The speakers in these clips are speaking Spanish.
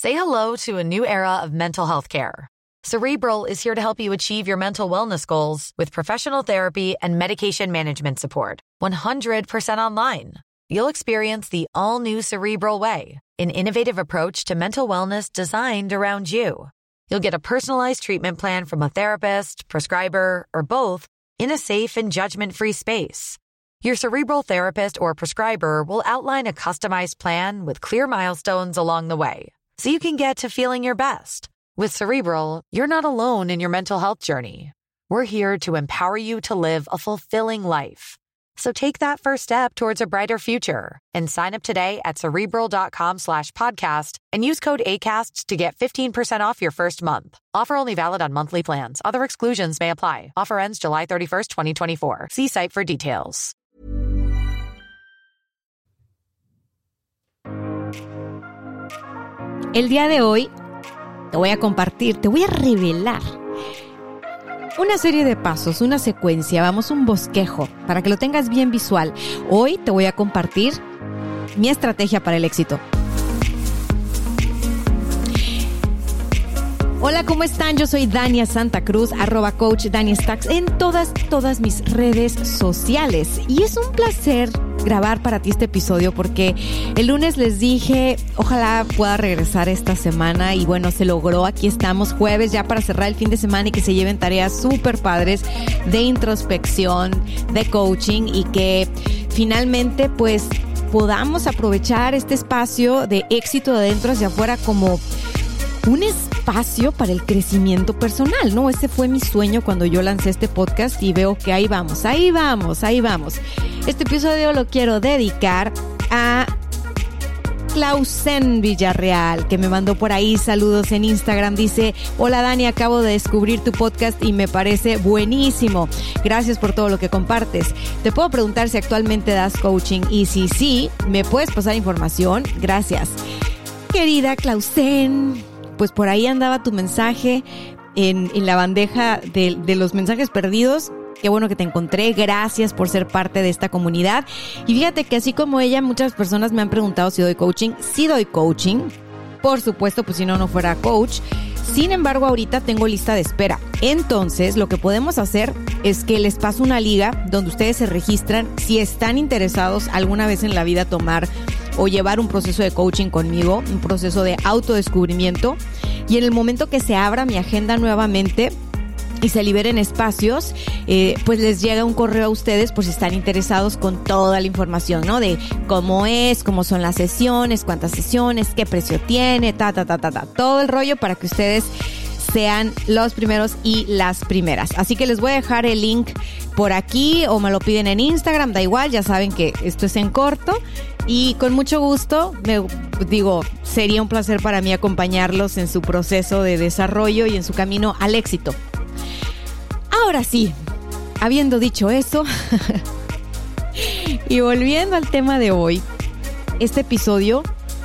Say hello to a new era of mental health care. Cerebral is here to help you achieve your mental wellness goals with professional therapy and medication management support. 100% online. You'll experience the all-new Cerebral Way, an innovative approach to mental wellness designed around you. You'll get a personalized treatment plan from a therapist, prescriber, or both in a safe and judgment-free space. Your Cerebral therapist or prescriber will outline a customized plan with clear milestones along the way, so you can get to feeling your best. With Cerebral, you're not alone in your mental health journey. We're here to empower you to live a fulfilling life. So take that first step towards a brighter future and sign up today at Cerebral.com/podcast and use code ACAST to get 15% off your first month. Offer only valid on monthly plans. Other exclusions may apply. Offer ends July 31st, 2024. See site for details. El día de hoy te voy a compartir, te voy a revelar una serie de pasos, una secuencia, vamos, un bosquejo, para que lo tengas bien visual. Hoy te voy a compartir mi estrategia para el éxito. Hola, ¿cómo están? Yo soy Dania Santa Cruz, @Coach Dani Stacks en todas mis redes sociales. Y es un placer grabar para ti este episodio porque el lunes les dije, ojalá pueda regresar esta semana y bueno, se logró. Aquí estamos jueves ya para cerrar el fin de semana y que se lleven tareas súper padres de introspección, de coaching y que finalmente pues podamos aprovechar este espacio de éxito de adentro hacia afuera como un espacio para el crecimiento personal, ¿no? Ese fue mi sueño cuando yo lancé este podcast y veo que ahí vamos. Este episodio lo quiero dedicar a Clausen Villarreal, que me mandó por ahí saludos en Instagram. Dice, hola Dani, acabo de descubrir tu podcast y me parece buenísimo. Gracias por todo lo que compartes. Te puedo preguntar si actualmente das coaching y si sí, ¿me puedes pasar información? Gracias. Querida Clausen, pues por ahí andaba tu mensaje en la bandeja de los mensajes perdidos. Qué bueno que te encontré. Gracias por ser parte de esta comunidad. Y fíjate que así como ella, muchas personas me han preguntado si doy coaching. Sí doy coaching. Por supuesto, pues si no, no fuera coach. Sin embargo, ahorita tengo lista de espera. Entonces, lo que podemos hacer es que les paso una liga donde ustedes se registran si están interesados alguna vez en la vida tomar o llevar un proceso de coaching conmigo, un proceso de autodescubrimiento. Y en el momento que se abra mi agenda nuevamente y se liberen espacios, pues les llega un correo a ustedes por si están interesados con toda la información, ¿no? De cómo son las sesiones, cuántas sesiones, qué precio tiene, todo el rollo para que ustedes sean los primeros y las primeras. Así que les voy a dejar el link por aquí o me lo piden en Instagram, da igual, ya saben que esto es en corto y con mucho gusto, sería un placer para mí acompañarlos en su proceso de desarrollo y en su camino al éxito. Ahora sí, habiendo dicho eso y volviendo al tema de hoy, este episodio,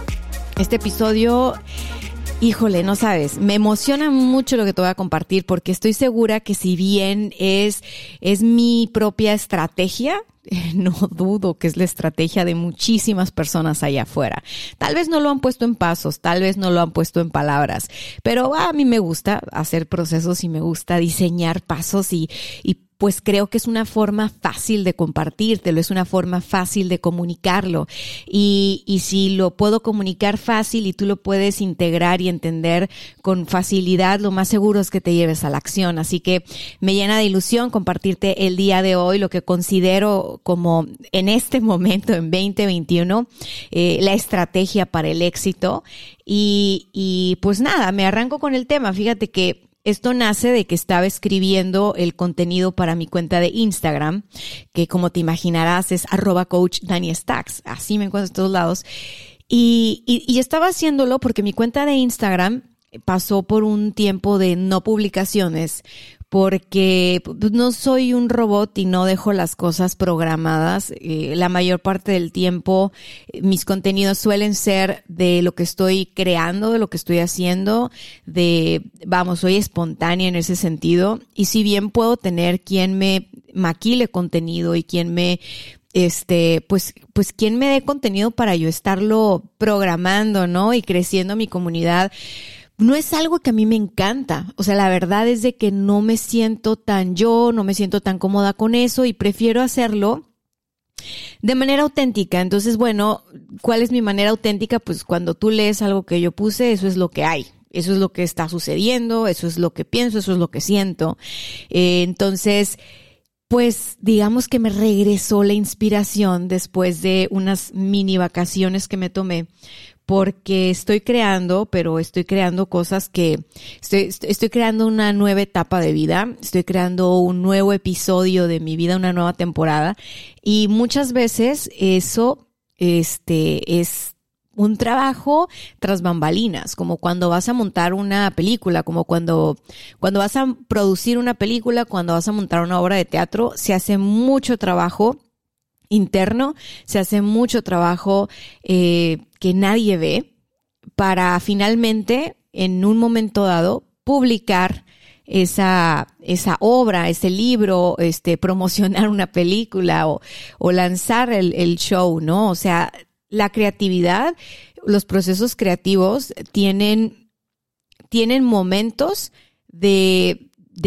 híjole, no sabes, me emociona mucho lo que te voy a compartir porque estoy segura que si bien es mi propia estrategia, no dudo que es la estrategia de muchísimas personas allá afuera. Tal vez no lo han puesto en pasos, tal vez no lo han puesto en palabras, pero a mí me gusta hacer procesos y me gusta diseñar pasos y pues creo que es una forma fácil de compartírtelo, es una forma fácil de comunicarlo. Y si lo puedo comunicar fácil y tú lo puedes integrar y entender con facilidad, lo más seguro es que te lleves a la acción. Así que me llena de ilusión compartirte el día de hoy lo que considero como en este momento, en 2021, la estrategia para el éxito. Y pues nada, me arranco con el tema. Fíjate que esto nace de que estaba escribiendo el contenido para mi cuenta de Instagram, que como te imaginarás es @Coach Dani Stacks. Así me encuentro en todos lados. Y estaba haciéndolo porque mi cuenta de Instagram pasó por un tiempo de no publicaciones porque no soy un robot y no dejo las cosas programadas. La mayor parte del tiempo mis contenidos suelen ser de lo que estoy creando, de lo que estoy haciendo, soy espontánea en ese sentido. Y si bien puedo tener quien me maquile contenido y quien me pues quién me dé contenido para yo estarlo programando, ¿no? Y creciendo mi comunidad. No es algo que a mí me encanta. O sea, la verdad es de que no me siento no me siento tan cómoda con eso y prefiero hacerlo de manera auténtica. Entonces, bueno, ¿cuál es mi manera auténtica? Pues cuando tú lees algo que yo puse, eso es lo que hay. Eso es lo que está sucediendo, eso es lo que pienso, eso es lo que siento. Entonces, pues digamos que me regresó la inspiración después de unas mini vacaciones que me tomé, porque estoy creando cosas que estoy creando una nueva etapa de vida, estoy creando un nuevo episodio de mi vida, una nueva temporada, y muchas veces eso es un trabajo tras bambalinas, como cuando vas a montar una película, como cuando vas a producir una película, cuando vas a montar una obra de teatro, se hace mucho trabajo interno, se hace mucho trabajo que nadie ve para finalmente, en un momento dado, publicar esa obra, ese libro, promocionar una película o lanzar el show, ¿no? O sea, la creatividad, los procesos creativos tienen momentos de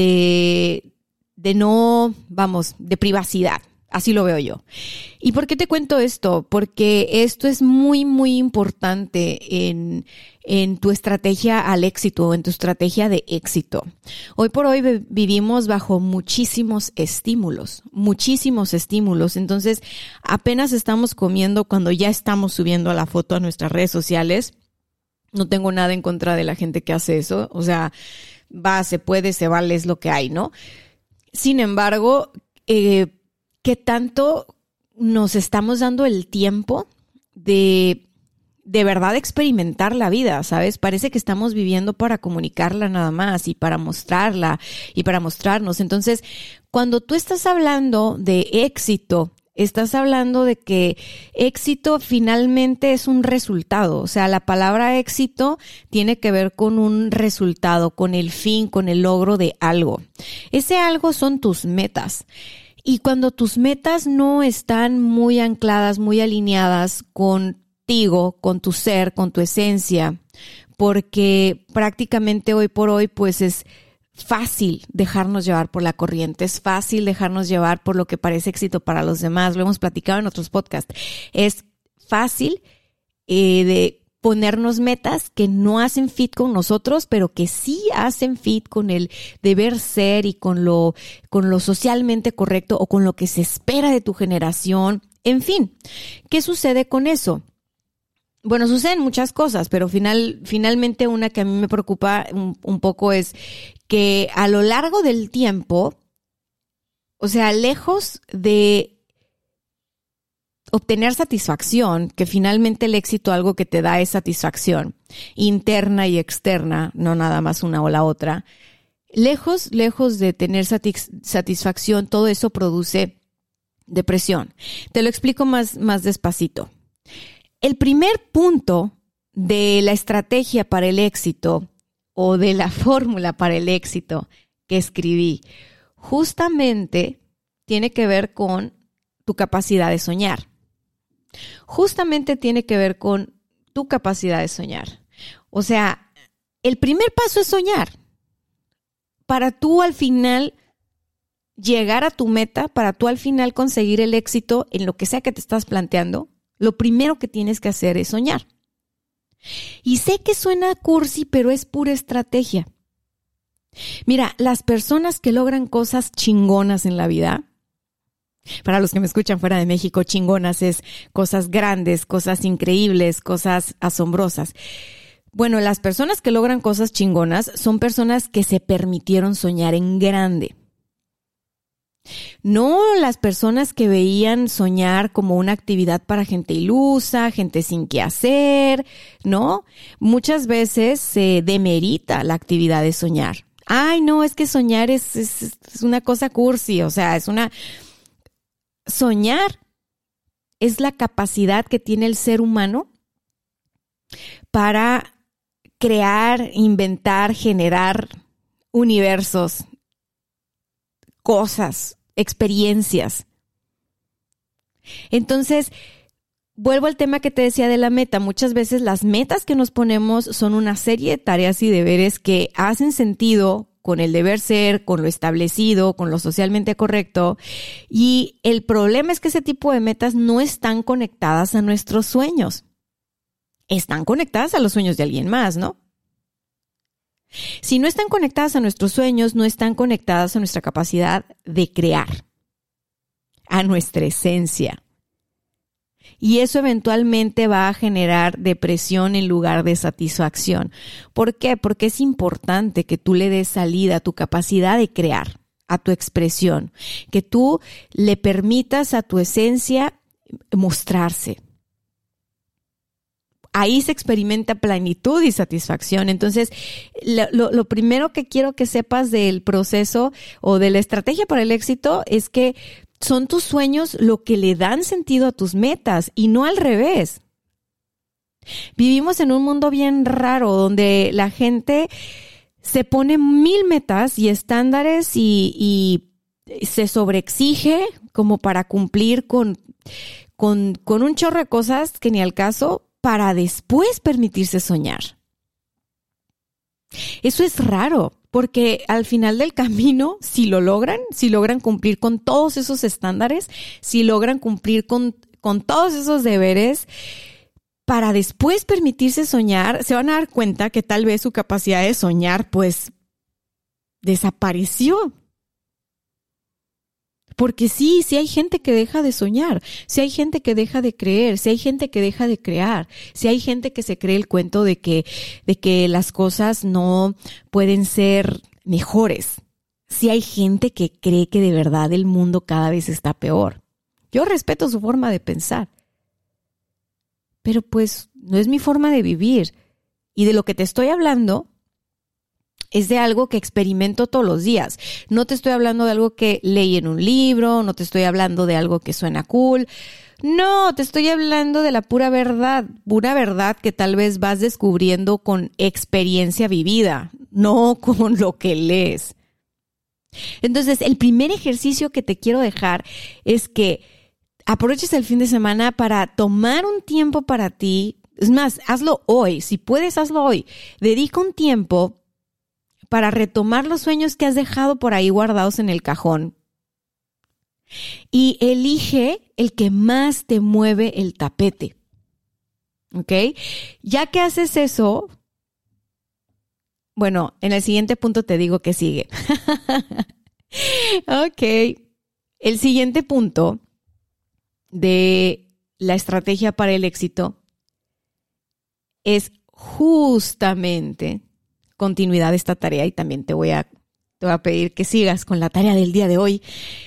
privacidad. Así lo veo yo. ¿Y por qué te cuento esto? Porque esto es muy, muy importante en tu estrategia al éxito, en tu estrategia de éxito. Hoy por hoy vivimos bajo muchísimos estímulos. Entonces, apenas estamos comiendo cuando ya estamos subiendo la foto a nuestras redes sociales. No tengo nada en contra de la gente que hace eso. O sea, se puede, se vale, es lo que hay, ¿no? Sin embargo, ¿qué tanto nos estamos dando el tiempo de verdad experimentar la vida? ¿Sabes? Parece que estamos viviendo para comunicarla nada más y para mostrarla y para mostrarnos. Entonces, cuando tú estás hablando de éxito, estás hablando de que éxito finalmente es un resultado. O sea, la palabra éxito tiene que ver con un resultado, con el fin, con el logro de algo. Ese algo son tus metas. Y cuando tus metas no están muy ancladas, muy alineadas contigo, con tu ser, con tu esencia, porque prácticamente hoy por hoy pues es fácil dejarnos llevar por la corriente, es fácil dejarnos llevar por lo que parece éxito para los demás, lo hemos platicado en otros podcasts, es fácil de ponernos metas que no hacen fit con nosotros, pero que sí hacen fit con el deber ser y con lo socialmente correcto o con lo que se espera de tu generación. En fin, ¿qué sucede con eso? Bueno, suceden muchas cosas, pero finalmente una que a mí me preocupa un poco es que a lo largo del tiempo, o sea, lejos de obtener satisfacción, que finalmente el éxito algo que te da es satisfacción interna y externa, no nada más una o la otra. Lejos de tener satisfacción, todo eso produce depresión. Te lo explico más despacito. El primer punto de la estrategia para el éxito o de la fórmula para el éxito que escribí, justamente tiene que ver con tu capacidad de soñar. Justamente tiene que ver con tu capacidad de soñar. O sea, el primer paso es soñar. Para tú al final llegar a tu meta, para tú al final conseguir el éxito en lo que sea que te estás planteando, lo primero que tienes que hacer es soñar. Y sé que suena cursi, pero es pura estrategia. Mira, las personas que logran cosas chingonas en la vida, para los que me escuchan fuera de México, chingonas es cosas grandes, cosas increíbles, cosas asombrosas. Bueno, las personas que logran cosas chingonas son personas que se permitieron soñar en grande. No las personas que veían soñar como una actividad para gente ilusa, gente sin qué hacer, ¿no? Muchas veces se demerita la actividad de soñar. Ay, no, es que soñar es una cosa cursi, o sea, soñar es la capacidad que tiene el ser humano para crear, inventar, generar universos, cosas, experiencias. Entonces, vuelvo al tema que te decía de la meta. Muchas veces las metas que nos ponemos son una serie de tareas y deberes que hacen sentido con el deber ser, con lo establecido, con lo socialmente correcto. Y el problema es que ese tipo de metas no están conectadas a nuestros sueños. Están conectadas a los sueños de alguien más, ¿no? Si no están conectadas a nuestros sueños, no están conectadas a nuestra capacidad de crear, a nuestra esencia. Y eso eventualmente va a generar depresión en lugar de satisfacción. ¿Por qué? Porque es importante que tú le des salida a tu capacidad de crear, a tu expresión, que tú le permitas a tu esencia mostrarse. Ahí se experimenta plenitud y satisfacción. Entonces, lo primero que quiero que sepas del proceso o de la estrategia para el éxito es que son tus sueños lo que le dan sentido a tus metas y no al revés. Vivimos en un mundo bien raro donde la gente se pone 1000 metas y estándares y se sobreexige como para cumplir con un chorro de cosas que ni al caso, para después permitirse soñar. Eso es raro, porque al final del camino, si logran cumplir con todos esos estándares, si logran cumplir con todos esos deberes, para después permitirse soñar, se van a dar cuenta que tal vez su capacidad de soñar, pues, desapareció. Porque sí hay gente que deja de soñar, sí hay gente que deja de creer, sí hay gente que deja de crear, sí hay gente que se cree el cuento de que las cosas no pueden ser mejores. Sí hay gente que cree que de verdad el mundo cada vez está peor. Yo respeto su forma de pensar, pero pues no es mi forma de vivir. Y de lo que te estoy hablando es de algo que experimento todos los días. No te estoy hablando de algo que leí en un libro, no te estoy hablando de algo que suena cool. No, te estoy hablando de la pura verdad que tal vez vas descubriendo con experiencia vivida, no con lo que lees. Entonces, el primer ejercicio que te quiero dejar es que aproveches el fin de semana para tomar un tiempo para ti. Es más, hazlo hoy. Si puedes, hazlo hoy. Dedica un tiempo para retomar los sueños que has dejado por ahí guardados en el cajón. Y elige el que más te mueve el tapete. ¿Ok? Ya que haces eso, bueno, en el siguiente punto te digo que sigue. Ok. El siguiente punto de la estrategia para el éxito es justamente continuidad de esta tarea, y también te voy a pedir que sigas con la tarea del día de hoy.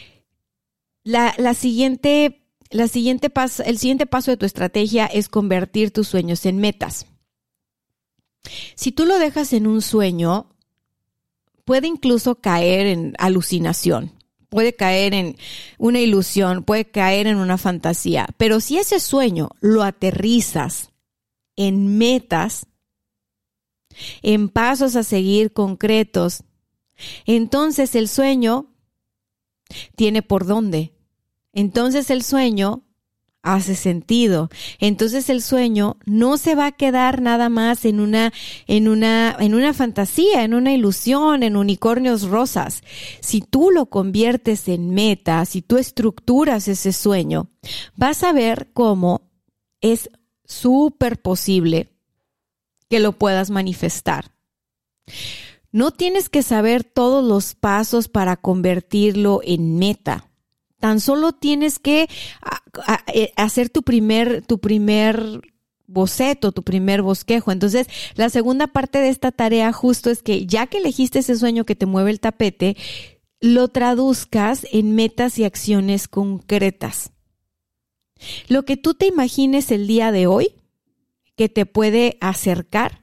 El siguiente paso de tu estrategia es convertir tus sueños en metas. Si tú lo dejas en un sueño, puede incluso caer en alucinación, puede caer en una ilusión, puede caer en una fantasía, pero si ese sueño lo aterrizas en metas, en pasos a seguir concretos, entonces el sueño tiene por dónde. Entonces el sueño hace sentido. Entonces el sueño no se va a quedar nada más en una fantasía, en una ilusión, en unicornios rosas. Si tú lo conviertes en meta, si tú estructuras ese sueño, vas a ver cómo es súper posible que lo puedas manifestar. No tienes que saber todos los pasos para convertirlo en meta. Tan solo tienes que hacer tu primer boceto, tu primer bosquejo. Entonces, la segunda parte de esta tarea justo es que ya que elegiste ese sueño que te mueve el tapete, lo traduzcas en metas y acciones concretas. Lo que tú te imagines el día de hoy que te puede acercar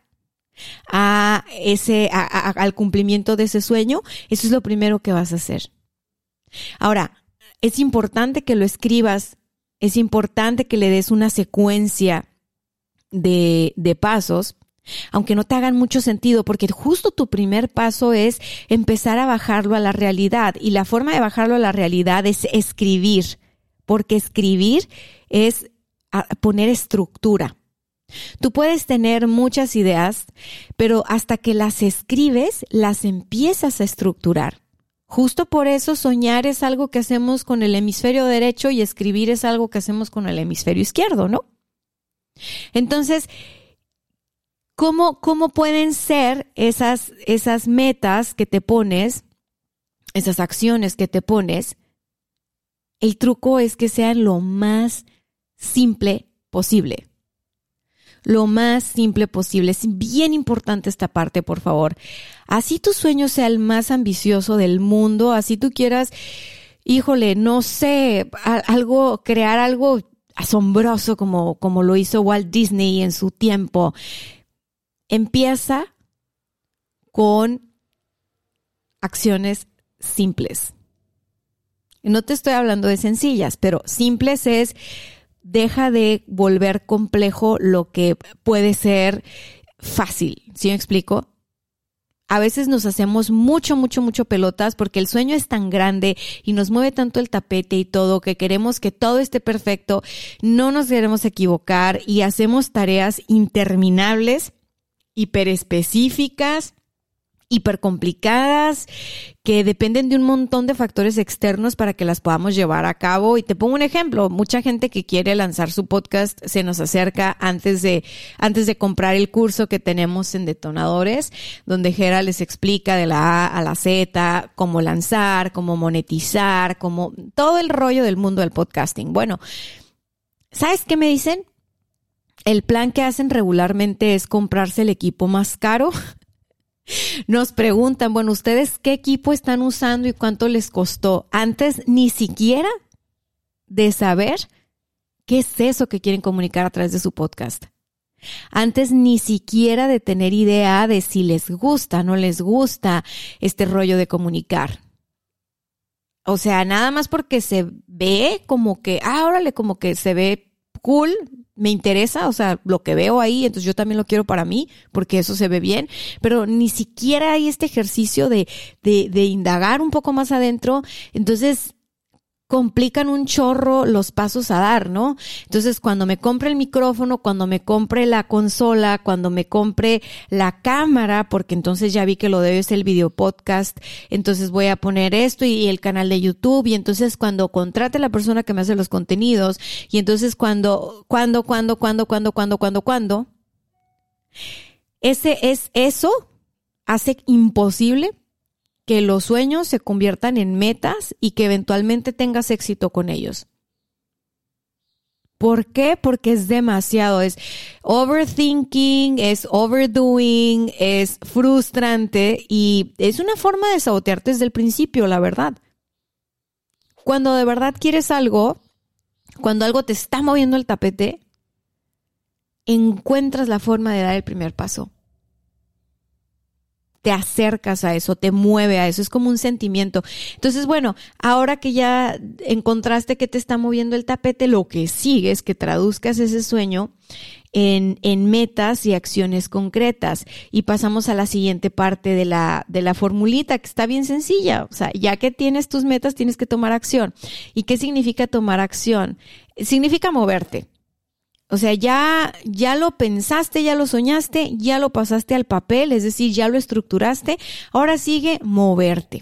al cumplimiento de ese sueño, eso es lo primero que vas a hacer. Ahora, es importante que lo escribas, es importante que le des una secuencia de pasos, aunque no te hagan mucho sentido, porque justo tu primer paso es empezar a bajarlo a la realidad, y la forma de bajarlo a la realidad es escribir porque escribir es poner estructura. Tú puedes tener muchas ideas, pero hasta que las escribes, las empiezas a estructurar. Justo por eso soñar es algo que hacemos con el hemisferio derecho y escribir es algo que hacemos con el hemisferio izquierdo, ¿no? Entonces, ¿cómo pueden ser esas metas que te pones, esas acciones que te pones? El truco es que sean lo más simple posible. Lo más simple posible. Es bien importante esta parte, por favor. Así tu sueño sea el más ambicioso del mundo, así tú quieras, híjole, no sé, crear algo asombroso como lo hizo Walt Disney en su tiempo. Empieza con acciones simples. No te estoy hablando de sencillas, pero simples es deja de volver complejo lo que puede ser fácil. ¿Sí me explico? A veces nos hacemos mucho pelotas porque el sueño es tan grande y nos mueve tanto el tapete y todo que queremos que todo esté perfecto, no nos queremos equivocar y hacemos tareas interminables, hiperespecíficas, hipercomplicadas, que dependen de un montón de factores externos para que las podamos llevar a cabo. Y te pongo un ejemplo, mucha gente que quiere lanzar su podcast se nos acerca antes de comprar el curso que tenemos en Detonadores, donde Jera les explica de la A a la Z, cómo lanzar, cómo monetizar, cómo todo el rollo del mundo del podcasting. Bueno, ¿sabes qué me dicen? El plan que hacen regularmente es comprarse el equipo más caro. Nos preguntan, bueno, ¿ustedes qué equipo están usando y cuánto les costó? Antes ni siquiera de saber qué es eso que quieren comunicar a través de su podcast. Antes ni siquiera de tener idea de si les gusta, no les gusta este rollo de comunicar. O sea, nada más porque se ve como que, órale, como que se ve cool, me interesa, o sea, lo que veo ahí, entonces yo también lo quiero para mí, porque eso se ve bien, pero ni siquiera hay este ejercicio de indagar un poco más adentro, entonces complican un chorro los pasos a dar, ¿no? Entonces, cuando me compre el micrófono, cuando me compre la consola, cuando me compre la cámara, porque entonces ya vi que lo debe ser el video podcast, entonces voy a poner esto y el canal de YouTube, y entonces cuando contrate la persona que me hace los contenidos, y entonces cuando, eso hace imposible que los sueños se conviertan en metas y que eventualmente tengas éxito con ellos. ¿Por qué? Porque es demasiado, es overthinking, es overdoing, es frustrante y es una forma de sabotearte desde el principio, la verdad. Cuando de verdad quieres algo, cuando algo te está moviendo el tapete, encuentras la forma de dar el primer paso. Te acercas a eso, te mueve a eso, es como un sentimiento. Entonces, bueno, ahora que ya encontraste que te está moviendo el tapete, lo que sigue es que traduzcas ese sueño en metas y acciones concretas. Y pasamos a la siguiente parte de la formulita, que está bien sencilla. O sea, ya que tienes tus metas, tienes que tomar acción. ¿Y qué significa tomar acción? Significa moverte. O sea, ya lo pensaste, ya lo soñaste, ya lo pasaste al papel, es decir, ya lo estructuraste. Ahora sigue moverte.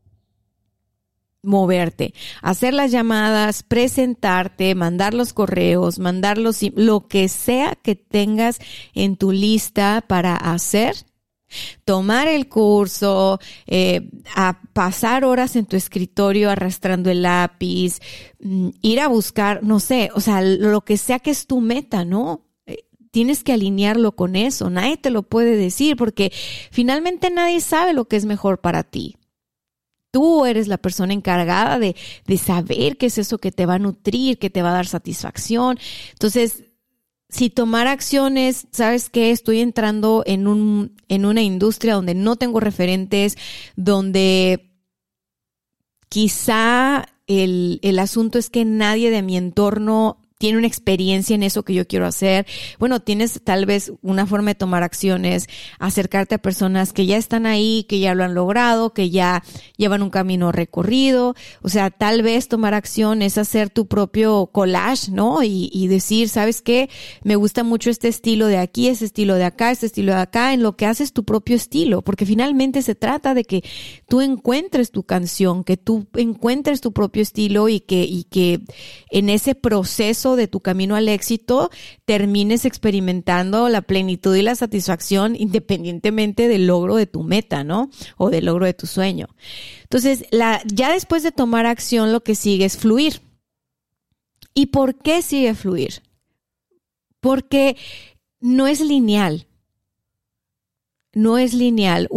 Hacer las llamadas, presentarte, mandar los correos, lo que sea que tengas en tu lista para hacer. Tomar el curso, a pasar horas en tu escritorio arrastrando el lápiz, ir a buscar, no sé, o sea, lo que sea que es tu meta, ¿no? Tienes que alinearlo con eso, nadie te lo puede decir porque finalmente nadie sabe lo que es mejor para ti. Tú eres la persona encargada de saber qué es eso que te va a nutrir, que te va a dar satisfacción. Entonces, si tomar acciones, ¿sabes qué? Estoy entrando en una industria donde no tengo referentes, donde quizá el asunto es que nadie de mi entorno tiene una experiencia en eso que yo quiero hacer. Bueno, tienes tal vez una forma de tomar acciones, acercarte a personas que ya están ahí, que ya lo han logrado, que ya llevan un camino recorrido. O sea, tal vez tomar acción es hacer tu propio collage, ¿no? Y decir, ¿sabes qué? Me gusta mucho este estilo de aquí, este estilo de acá, este estilo de acá, en lo que haces tu propio estilo. Porque finalmente se trata de que tú encuentres tu canción, que tú encuentres tu propio estilo y que en ese proceso de tu camino al éxito termines experimentando la plenitud y la satisfacción independientemente del logro de tu meta, ¿no? O del logro de tu sueño. Entonces, ya después de tomar acción, lo que sigue es fluir. ¿Y por qué sigue fluir? Porque no es lineal. No es lineal.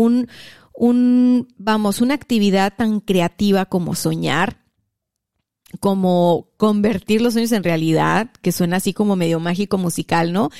Una actividad tan creativa como soñar, como convertir los sueños en realidad, que suena así como medio mágico musical, ¿no?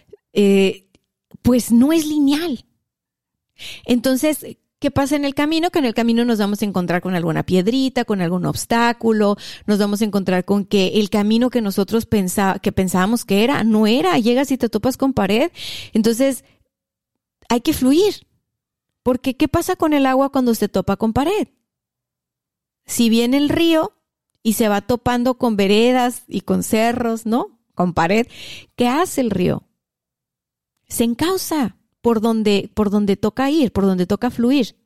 Pues no es lineal. Entonces, ¿qué pasa en el camino? Que en el camino nos vamos a encontrar con alguna piedrita, con algún obstáculo, nos vamos a encontrar con que el camino que nosotros pensábamos que era, no era. Llegas y te topas con pared. Entonces, hay que fluir. Porque, ¿qué pasa con el agua cuando se topa con pared? Si viene el río y se va topando con veredas y con cerros, ¿no? Con pared. ¿Qué hace el río? Se encausa por donde toca ir, por donde toca fluir.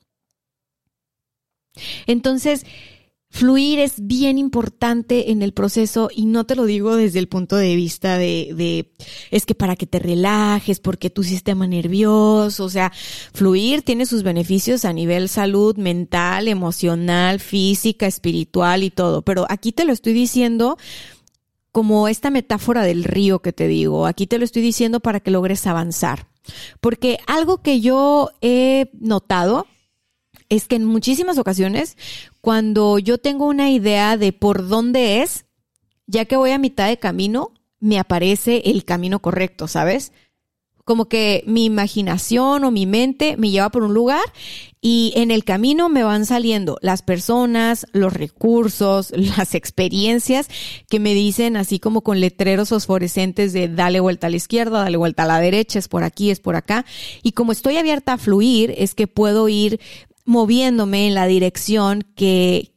Entonces, fluir es bien importante en el proceso y no te lo digo desde el punto de vista de es que para que te relajes, porque tu sistema nervioso, o sea, fluir tiene sus beneficios a nivel salud mental, emocional, física, espiritual y todo, pero aquí te lo estoy diciendo como esta metáfora del río que te digo, aquí te lo estoy diciendo para que logres avanzar, porque algo que yo he notado es que en muchísimas ocasiones, cuando yo tengo una idea de por dónde es, ya que voy a mitad de camino, me aparece el camino correcto, ¿sabes? Como que mi imaginación o mi mente me lleva por un lugar y en el camino me van saliendo las personas, los recursos, las experiencias que me dicen así como con letreros fosforescentes de dale vuelta a la izquierda, dale vuelta a la derecha, es por aquí, es por acá. Y como estoy abierta a fluir, es que puedo ir moviéndome en la dirección que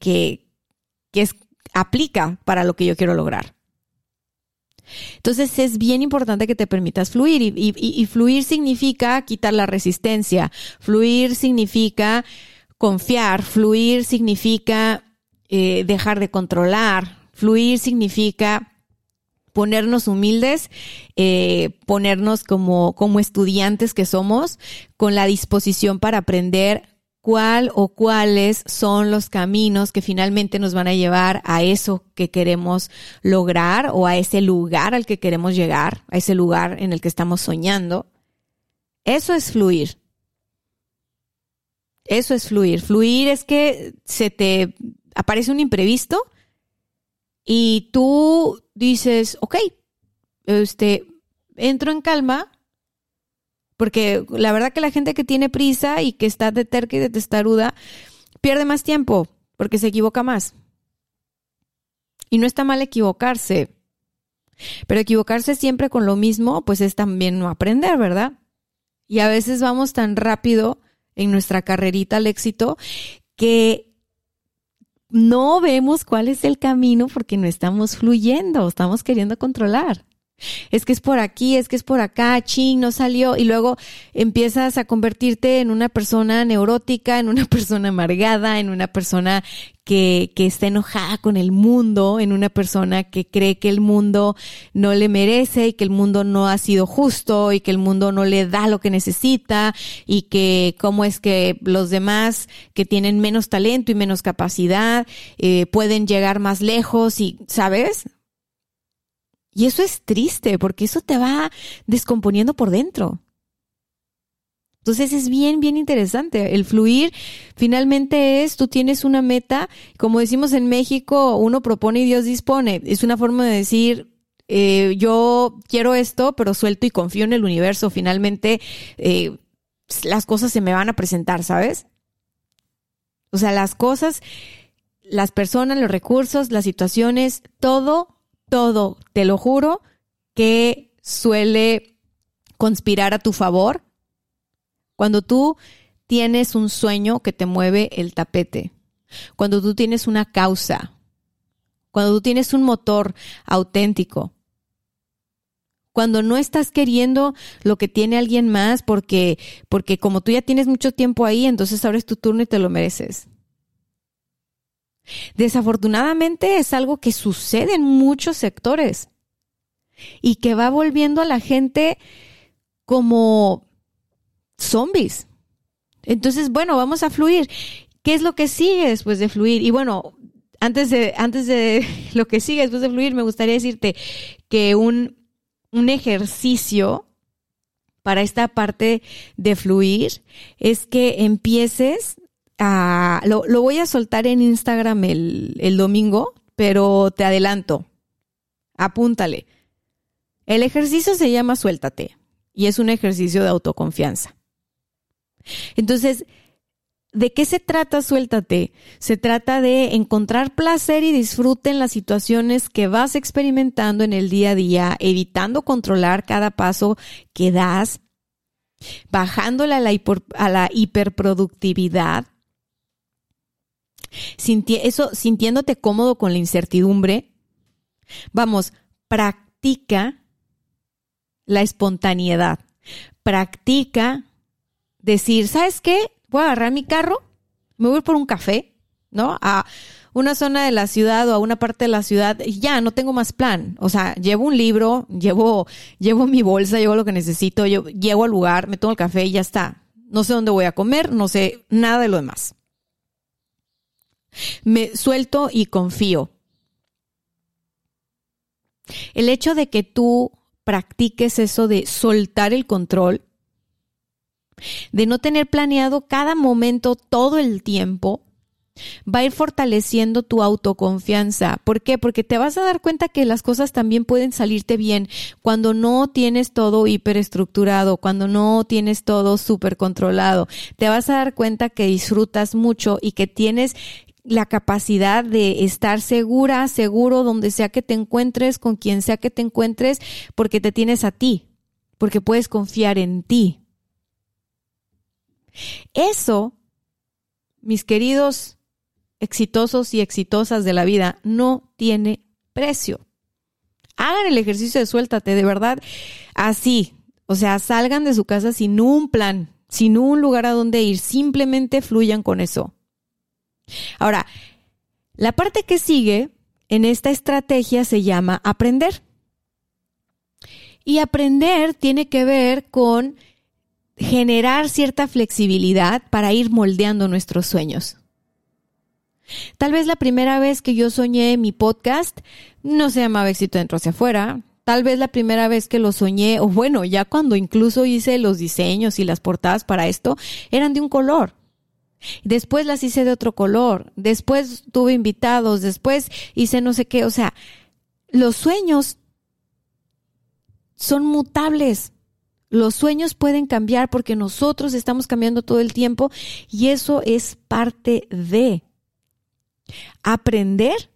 aplica para lo que yo quiero lograr. Entonces es bien importante que te permitas fluir y fluir significa quitar la resistencia, fluir significa confiar, fluir significa dejar de controlar, fluir significa ponernos humildes, ponernos como estudiantes que somos, con la disposición para aprender cuál o cuáles son los caminos que finalmente nos van a llevar a eso que queremos lograr o a ese lugar al que queremos llegar, a ese lugar en el que estamos soñando. Eso es fluir. Eso es fluir. Fluir es que se te aparece un imprevisto y tú dices, ok, entro en calma. Porque la verdad que la gente que tiene prisa y que está de terca y de testaruda pierde más tiempo porque se equivoca más. Y no está mal equivocarse. Pero equivocarse siempre con lo mismo, pues es también no aprender, ¿verdad? Y a veces vamos tan rápido en nuestra carrerita al éxito que no vemos cuál es el camino porque no estamos fluyendo, estamos queriendo controlar. Es que es por aquí, es que es por acá, ching, no salió. Y luego empiezas a convertirte en una persona neurótica, en una persona amargada, en una persona que está enojada con el mundo, en una persona que cree que el mundo no le merece y que el mundo no ha sido justo y que el mundo no le da lo que necesita y que cómo es que los demás que tienen menos talento y menos capacidad pueden llegar más lejos y, ¿sabes? Y eso es triste porque eso te va descomponiendo por dentro. Entonces es bien, bien interesante. El fluir finalmente tú tienes una meta, como decimos en México, uno propone y Dios dispone. Es una forma de decir, yo quiero esto, pero suelto y confío en el universo. Finalmente las cosas se me van a presentar, ¿sabes? O sea, las cosas, las personas, los recursos, las situaciones, todo todo, te lo juro, que suele conspirar a tu favor cuando tú tienes un sueño que te mueve el tapete, cuando tú tienes una causa, cuando tú tienes un motor auténtico, cuando no estás queriendo lo que tiene alguien más porque como tú ya tienes mucho tiempo ahí, entonces ahora es tu turno y te lo mereces. Desafortunadamente es algo que sucede en muchos sectores y que va volviendo a la gente como zombies. Entonces, bueno, vamos a fluir. ¿Qué es lo que sigue después de fluir? Y bueno, antes de lo que sigue después de fluir, me gustaría decirte que un ejercicio para esta parte de fluir es que empieces a... Lo voy a soltar en Instagram el domingo, pero te adelanto. Apúntale. El ejercicio se llama Suéltate y es un ejercicio de autoconfianza. Entonces, ¿de qué se trata Suéltate? Se trata de encontrar placer y disfrute en las situaciones que vas experimentando en el día a día, evitando controlar cada paso que das, bajándole a la hiperproductividad, sintiéndote cómodo con la incertidumbre. Vamos, practica la espontaneidad. Practica decir, ¿sabes qué? Voy a agarrar mi carro, me voy por un café, ¿no? A una zona de la ciudad o a una parte de la ciudad y ya, no tengo más plan. O sea, llevo un libro, llevo mi bolsa, llevo lo que necesito, yo llego al lugar, me tomo el café y ya está. No sé dónde voy a comer, no sé nada de lo demás. Me suelto y confío. El hecho de que tú practiques eso de soltar el control, de no tener planeado cada momento todo el tiempo, va a ir fortaleciendo tu autoconfianza. ¿Por qué? Porque te vas a dar cuenta que las cosas también pueden salirte bien cuando no tienes todo hiperestructurado, cuando no tienes todo súper controlado. Te vas a dar cuenta que disfrutas mucho y que tienes la capacidad de estar seguro donde sea que te encuentres, con quien sea que te encuentres, porque te tienes a ti, porque puedes confiar en ti. Eso, mis queridos exitosos y exitosas de la vida, no tiene precio. Hagan el ejercicio de Suéltate, de verdad, así. O sea, salgan de su casa sin un plan, sin un lugar a donde ir, simplemente fluyan con eso. Ahora, la parte que sigue en esta estrategia se llama aprender. Y aprender tiene que ver con generar cierta flexibilidad para ir moldeando nuestros sueños. Tal vez la primera vez que yo soñé mi podcast no se llamaba Éxito Dentro Hacia Afuera. Tal vez la primera vez que lo soñé, o bueno, ya cuando incluso hice los diseños y las portadas para esto, eran de un color. Después las hice de otro color. Después tuve invitados. Después hice no sé qué. O sea, los sueños son mutables. Los sueños pueden cambiar porque nosotros estamos cambiando todo el tiempo y eso es parte de aprender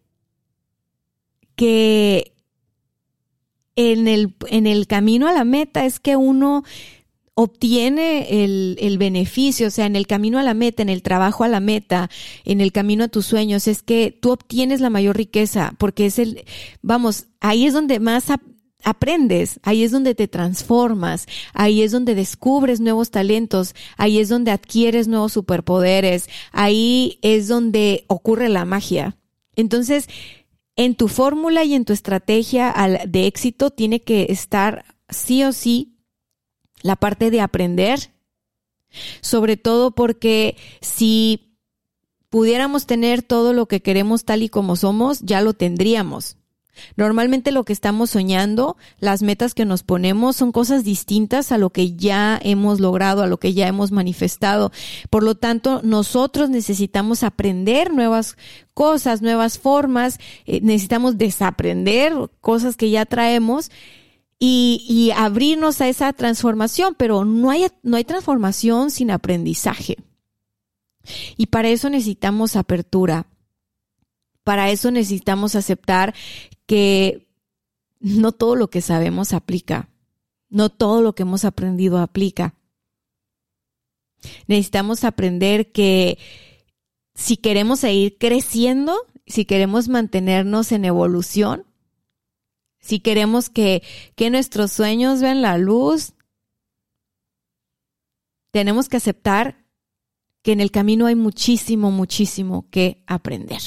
que en el camino a la meta es que uno obtiene el beneficio, o sea, en el camino a la meta, en el trabajo a la meta, en el camino a tus sueños, es que tú obtienes la mayor riqueza porque es ahí es donde más aprendes, ahí es donde te transformas, ahí es donde descubres nuevos talentos, ahí es donde adquieres nuevos superpoderes, ahí es donde ocurre la magia. Entonces, en tu fórmula y en tu estrategia de éxito tiene que estar sí o sí la parte de aprender, sobre todo porque si pudiéramos tener todo lo que queremos tal y como somos, ya lo tendríamos. Normalmente lo que estamos soñando, las metas que nos ponemos son cosas distintas a lo que ya hemos logrado, a lo que ya hemos manifestado. Por lo tanto, nosotros necesitamos aprender nuevas cosas, nuevas formas, necesitamos desaprender cosas que ya traemos y abrirnos a esa transformación, pero no hay transformación sin aprendizaje. Y para eso necesitamos apertura. Para eso necesitamos aceptar que no todo lo que sabemos aplica. No todo lo que hemos aprendido aplica. Necesitamos aprender que si queremos seguir creciendo, si queremos mantenernos en evolución, si queremos que nuestros sueños vean la luz, tenemos que aceptar que en el camino hay muchísimo, muchísimo que aprender.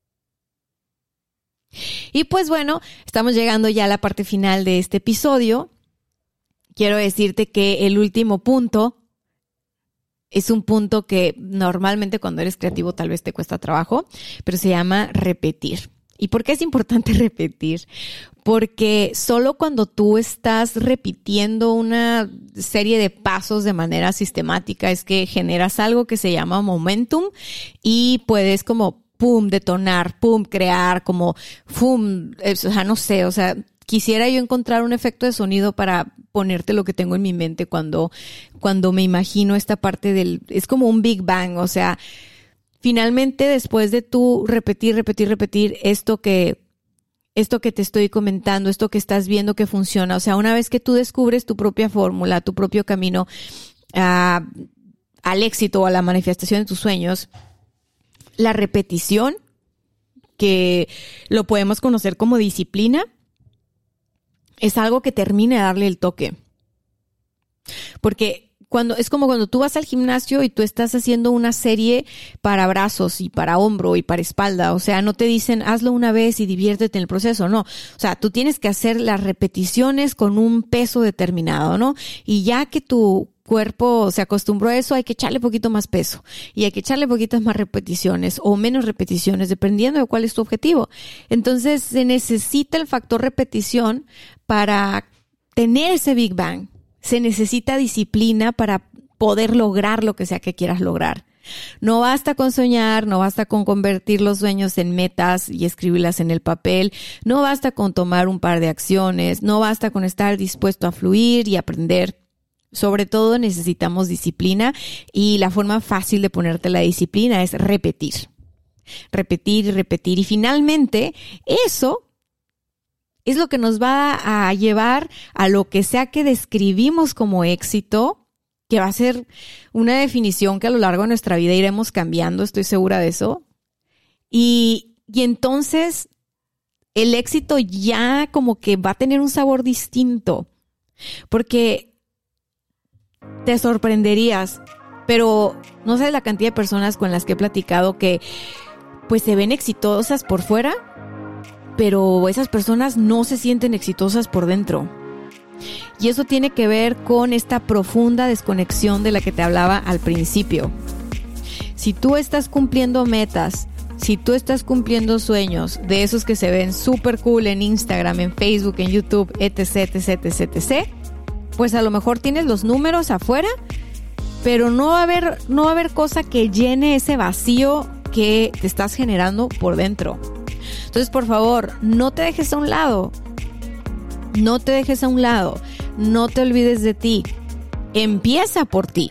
Y pues bueno, estamos llegando ya a la parte final de este episodio. Quiero decirte que el último punto es un punto que normalmente cuando eres creativo tal vez te cuesta trabajo, pero se llama repetir. ¿Y por qué es importante repetir? Porque solo cuando tú estás repitiendo una serie de pasos de manera sistemática es que generas algo que se llama momentum y puedes como pum, detonar, pum, crear, como pum, no sé, quisiera yo encontrar un efecto de sonido para ponerte lo que tengo en mi mente cuando me imagino esta parte es como un Big Bang, finalmente después de tú repetir esto que te estoy comentando, esto que estás viendo que funciona, una vez que tú descubres tu propia fórmula, tu propio camino al éxito o a la manifestación de tus sueños, la repetición, que lo podemos conocer como disciplina, es algo que termina de darle el toque. Porque es como cuando tú vas al gimnasio y tú estás haciendo una serie para brazos y para hombro y para espalda. No te dicen hazlo una vez y diviértete en el proceso. No. Tú tienes que hacer las repeticiones con un peso determinado, ¿no? Y ya que tu cuerpo se acostumbró a eso, hay que echarle poquito más peso y hay que echarle poquitas más repeticiones o menos repeticiones, dependiendo de cuál es tu objetivo. Entonces, se necesita el factor repetición para tener ese Big Bang. Se necesita disciplina para poder lograr lo que sea que quieras lograr. No basta con soñar, no basta con convertir los sueños en metas y escribirlas en el papel, no basta con tomar un par de acciones, no basta con estar dispuesto a fluir y aprender. Sobre todo necesitamos disciplina y la forma fácil de ponerte la disciplina es repetir. Repetir y repetir. Y finalmente eso es lo que nos va a llevar a lo que sea que describimos como éxito, que va a ser una definición que a lo largo de nuestra vida iremos cambiando, estoy segura de eso. Y entonces el éxito ya como que va a tener un sabor distinto, porque te sorprenderías, pero no sabes la cantidad de personas con las que he platicado que pues se ven exitosas por fuera, pero esas personas no se sienten exitosas por dentro. Y eso tiene que ver con esta profunda desconexión de la que te hablaba al principio. Si tú estás cumpliendo metas, si tú estás cumpliendo sueños de esos que se ven súper cool en Instagram, en Facebook, en YouTube, etc., pues a lo mejor tienes los números afuera, pero no va a haber cosa que llene ese vacío que te estás generando por dentro. Entonces, por favor, no te dejes a un lado. No te dejes a un lado. No te olvides de ti. Empieza por ti.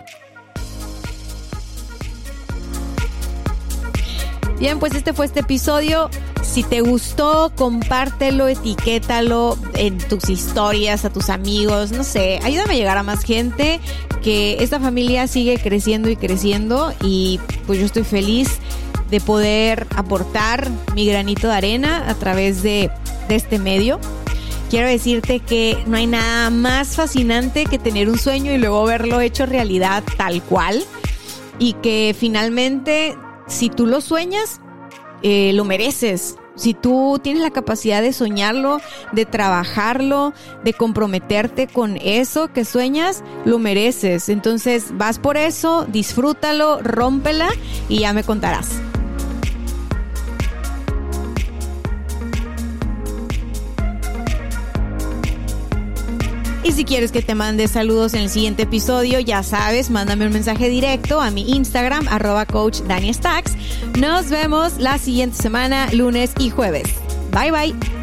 Bien, pues este fue este episodio. Si te gustó, compártelo, etiquétalo en tus historias, a tus amigos, no sé, ayúdame a llegar a más gente, que esta familia sigue creciendo y creciendo y pues yo estoy feliz de poder aportar mi granito de arena a través de este medio. Quiero decirte que no hay nada más fascinante que tener un sueño y luego verlo hecho realidad tal cual, y que finalmente si tú lo sueñas, lo mereces. Si tú tienes la capacidad de soñarlo, de trabajarlo, de comprometerte con eso que sueñas, lo mereces. Entonces vas por eso, disfrútalo, rómpela y ya me contarás. Y si quieres que te mande saludos en el siguiente episodio, ya sabes, mándame un mensaje directo a mi Instagram, @coachdaniastacks. Nos vemos la siguiente semana, lunes y jueves. Bye, bye.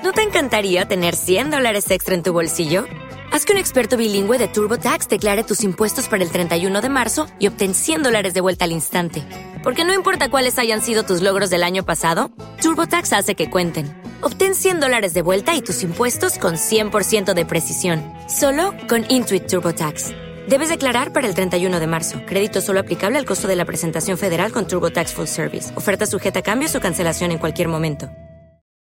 ¿No te encantaría tener $100 extra en tu bolsillo? Haz que un experto bilingüe de TurboTax declare tus impuestos para el 31 de marzo y obtén $100 de vuelta al instante. Porque no importa cuáles hayan sido tus logros del año pasado, TurboTax hace que cuenten. Obtén $100 de vuelta y tus impuestos con 100% de precisión. Solo con Intuit TurboTax. Debes declarar para el 31 de marzo. Crédito solo aplicable al costo de la presentación federal con TurboTax Full Service. Oferta sujeta a cambios o cancelación en cualquier momento.